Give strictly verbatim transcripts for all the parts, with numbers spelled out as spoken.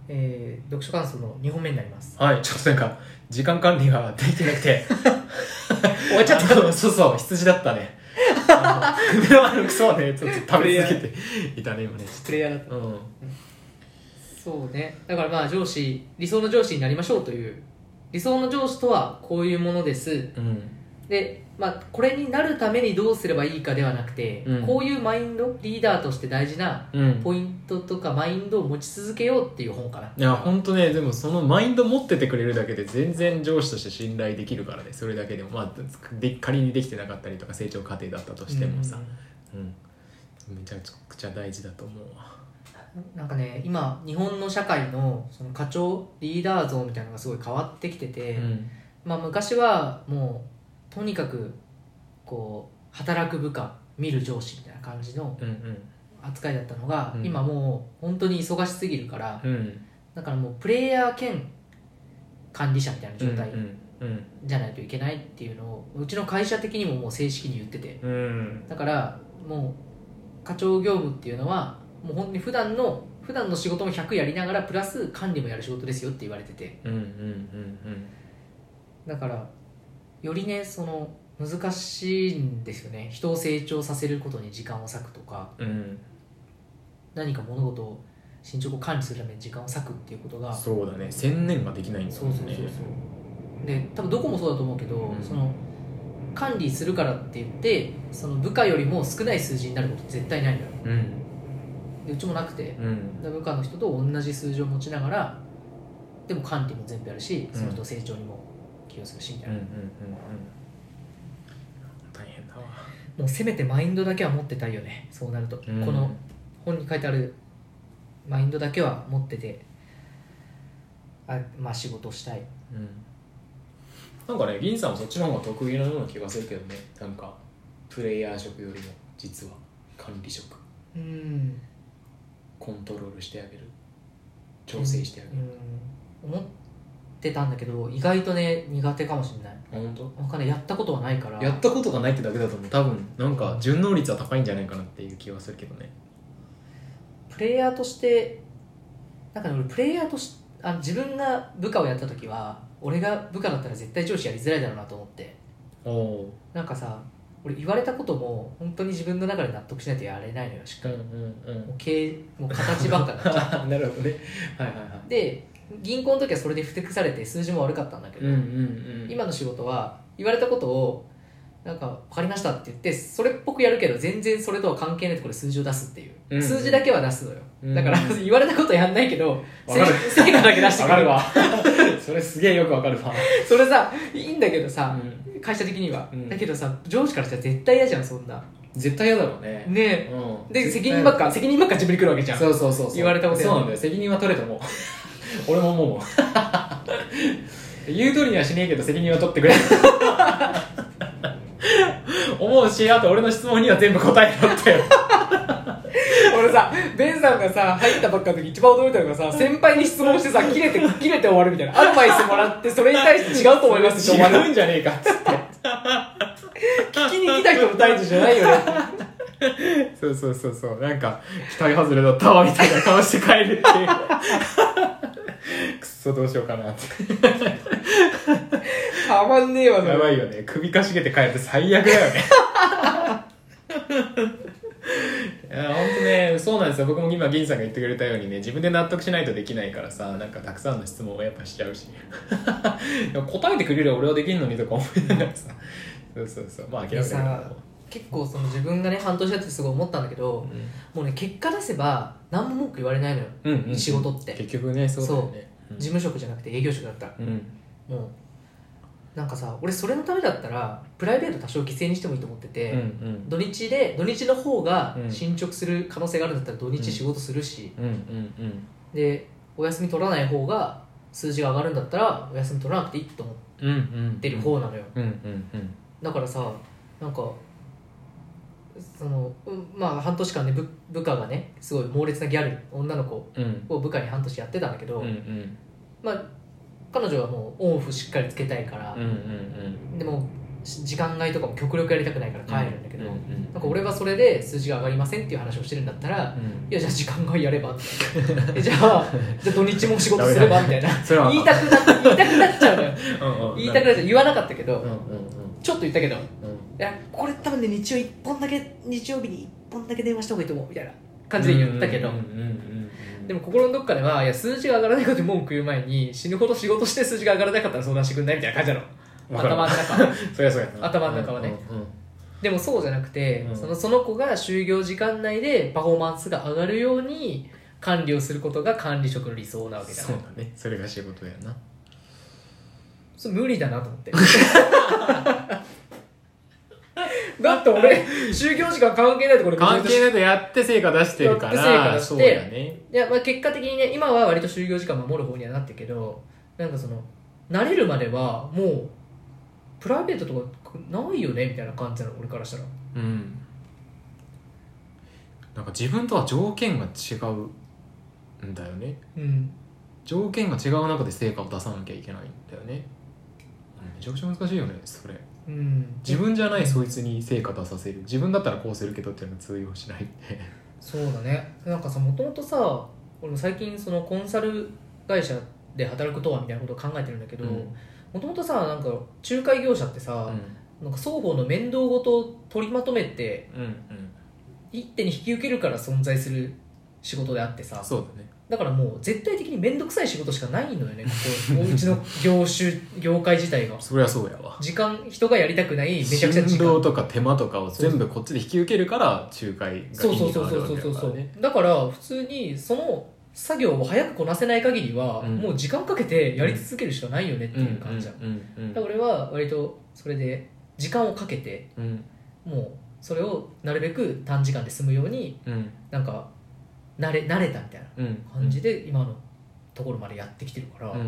えー、読書感想のにほんめになります。 はい、ちょっとなんか時間管理ができてなくて終わっちゃった。 そうそう、羊だったね。あのでもあのクソはね、ちょっと食べ続けていたね今ね。 プレイヤーだった、 うん、 そうね。だからまあ上司、理想の上司になりましょうという、理想の上司とはこういうものです、 うん、 で、まあ、これになるためにどうすればいいかではなくて、うん、こういうマインド、リーダーとして大事なポイントとかマインドを持ち続けようっていう本かな。 いや本当ね、でもそのマインド持っててくれるだけで全然上司として信頼できるからね。それだけでも、まあ、で仮にできてなかったりとか成長過程だったとしてもさ、うん、うん、めちゃくちゃ大事だと思うわ。 なんかね、今日本の社会のその課長リーダー像みたいなのがすごい変わってきてて、うん、まあ、昔はもうとにかくこう働く部下見る上司みたいな感じの扱いだったのが、うんうん、今もう本当に忙しすぎるから、うん、だからもうプレイヤー兼管理者みたいな状態じゃないといけないっていうのをうちの会社的にももう正式に言ってて、うん、だからもう課長業務っていうのはもう本当に普段の普段の仕事もひゃくやりながらプラス管理もやる仕事ですよって言われてて、うんうんうんうん、だからよりねその難しいんですよね。人を成長させることに時間を割くとか、うん、何か物事を進捗を管理するために時間を割くっていうことが、 そうだね、専念ができないんだよね。 そうそうそうそうで多分どこもそうだと思うけど、うん、その管理するからって言ってその部下よりも少ない数字になることって絶対ないのよ、うん、でうちもなくて、うん、部下の人と同じ数字を持ちながらでも管理も全部やるし、その人成長にも寄与するしみたいな、うんうんうんうん、 大変だわ。 もうせめてマインドだけは持ってたいよね。そうなると、うん、この本に書いてあるマインドだけは持ってて、あ、まあ仕事をしたい、うん、 なんかね、銀さんはそっちの方が得意なような気がするけどね。なんかプレイヤー職よりも実は管理職、うん、コントロールしてあげる、調整してあげる、 うん、思ってたんだけど意外とね苦手かもしれない。 本当？ なんかね、やったことはないから。 やったことがないってだけだと思う。多分なんか順応率は高いんじゃないかなっていう気はするけどね。 プレイヤーとしてなんかね、俺プレイヤーとしあ自分が部下をやった時は俺が部下だったら絶対上司やりづらいだろうなと思って、おなんかさ俺言われたことも本当に自分の中で納得しないとやれないのよ、しっかり、うんうんうん、もう経もう形ばっかになっちゃうなるほどね、はいはいはい。 で銀行の時はそれでふてくされて数字も悪かったんだけど、うんうんうん、今の仕事は言われたことをなんか分かりましたって言ってそれっぽくやるけど全然それとは関係ないところで数字を出すっていう、うんうん、数字だけは出すのよ、うん、だから言われたことやんないけど成果だけ出してくる。分かるわそれすげえよく分かるわ。 それさいいんだけどさ、うん、会社的には、うん、だけどさ上司からしたら絶対嫌じゃん、そんな。 絶対嫌だろうね。 ねえ、うん、で責任ばっか責任ばっか自分に来るわけじゃん。 そうそうそうそう、 言われたことやそうなんだよ、責任は取れと思う俺も思うもん言う通りにはしねえけど責任は取ってくれ思うし、あと俺の質問には全部答えろって俺さ、ベンさんがさ入ったばっかの時一番驚いたのがさ、先輩に質問してさ切れて切れて終わるみたいな、アドバイスもらってそれに対して違うと思いますって違うんじゃねえかっつって聞きに来た人の態度じゃないよねそうそうそうそう、なんか期待外れだったわみたいな顔して帰るっていうくっそどうしようかなってたまんねえわ。 やばいよね、首かしげて帰って最悪だよねいや本当ね、そうなんですよ。僕も今銀さんが言ってくれたようにね、自分で納得しないとできないからさ、なんかたくさんの質問をやっぱしちゃうしでも答えてくれれば俺はできるのにとか思いながらさそうそうそう、まあ諦めたけど結構その自分がね半年やってすごい思ったんだけど、うん、もうね結果出せば何も文句言われないのよ、うんうんうん、仕事って結局ね、そうだよね、 そう、うん、事務職じゃなくて営業職だったら、うん、もうなんかさ、俺それのためだったらプライベート多少犠牲にしてもいいと思ってて、うんうん、土日で土日の方が進捗する可能性があるんだったら土日仕事するし、うんうんうんうん、でお休み取らない方が数字が上がるんだったらお休み取らなくていいと思ってる方なのよ、うんうんうん、だからさ、なんかその、まあ半年間ね 部, 部下がねすごい猛烈なギャル女の子を部下に半年やってたんだけど、うんうん、まあ彼女はもうオンオフしっかりつけたいから、うんうんうん、でも時間外とかも極力やりたくないから帰るんだけど、 うんうんうん、 なんか俺はそれで数字が上がりませんっていう話をしてるんだったら、うん、いやじゃあ時間外やればってじゃあじゃあ土日も仕事すればみたいな言いたくなっ言いたくなっちゃうのようんうん言いたくなっちゃう言わなかったけど、うんうんうん、ちょっと言ったけど、うん、いやこれ多分ね日曜いっぽんだけ日曜日にいっぽんだけ電話した方がいいと思うみたいな感じで言ったけど、でも心のどっかではいや数字が上がらないことに文句言う前に死ぬほど仕事して数字が上がらなかったら相談してくんないみたいな感じなの頭の中そりゃそうやな頭の中はね、うんうんうん、でもそうじゃなくて、うん、そのその子が就業時間内でパフォーマンスが上がるように管理をすることが管理職の理想なわけだそうだねそれが仕事やなそれ無理だなと思ってだって俺就業時間関係ないところ関係ないとやって成果出してるからやって成果出してそうやねいや、まあ、結果的にね今は割と就業時間守る方にはなってるけどなんかその慣れるまではもうプライベートとかないよねみたいな感じなの俺からしたらうんなんか自分とは条件が違うんだよね、うん、条件が違う中で成果を出さなきゃいけないんだよね、うん、めちゃくちゃ難しいよねそれ、うん、自分じゃないそいつに成果出させる自分だったらこうするけどっていうのは通用しないってそうだねなんかさもともとさ俺も最近そのコンサル会社で働くとはみたいなことを考えてるんだけどもともとさなんか仲介業者ってさ、うん、なんか双方の面倒ごとを取りまとめて、うんうん、一手に引き受けるから存在する仕事であってさそうだねだからもう絶対的に面倒くさい仕事しかないのよねここうちの業種業界自体がそりゃそうやわ時間人がやりたくないめちゃくちゃ時間振動とか手間とかを全部こっちで引き受けるから仲介が意味があるわけだからねそうそうそうそうそうだから普通にその作業を早くこなせない限りは、うん、もう時間かけてやり続けるしかないよねっていう感じだから俺は割とそれで時間をかけて、うん、もうそれをなるべく短時間で済むように、うん、なんか慣れ、慣れたみたいな感じで今のところまでやってきてるから、うんうんうん、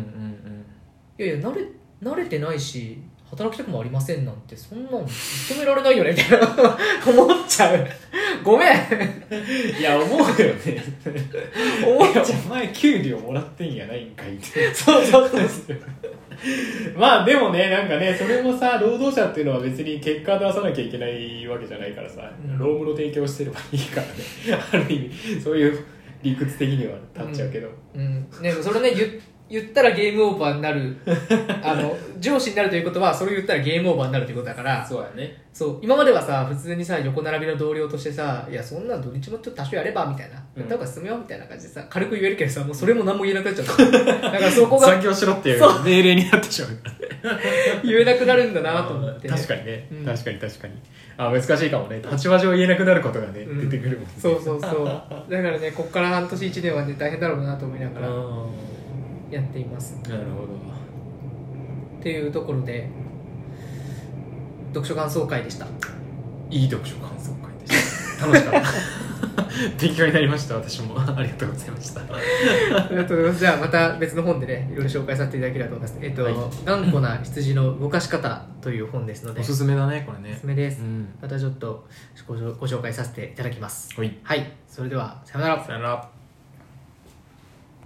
いやいや慣れ、慣れてないし働きたくもありませんなんてそんなの認められないよねみたいな思っちゃうごめんいや思うよね思っちゃうお前給料もらってんやないんかいってそうそうそうまあでもねなんかねそれもさ労働者っていうのは別に結果出さなきゃいけないわけじゃないからさ、うん、労務の提供してればいいからねある意味そういう理屈的には立っちゃうけど、 うんうん、ねそれね言言ったらゲームオーバーになるあの上司になるということはそれを言ったらゲームオーバーになるということだからそうやねそう今まではさ普通にさ横並びの同僚としてさいやそんな土日もちょっと多少やればみたいな、うん、やった方が進むよみたいな感じでさ軽く言えるけどさもうそれも何も言えなくなっちゃっただからそこが残業しろっていう命令になってしまう言えなくなるんだなと思って、ね、 確かにね、うん、確かに確かにあ難しいかもね立場上言えなくなることがね、うん、出てくるもんねそうそうそうだからねこっから半年いちねんはね大変だろうなと思いながらやっていますなるほどっていうところで読書感想会でしたいい読書感想会でした楽しかった勉強になりました私もありがとうございましたありがとうございますじゃあまた別の本でねいろいろ紹介させていただければと思いますえっと、はい、頑固な羊の動かし方という本ですのでおすすめだねこれねおすすめです、うん、またちょっとご紹介させていただきますはい、 はい、それではさよならさよなら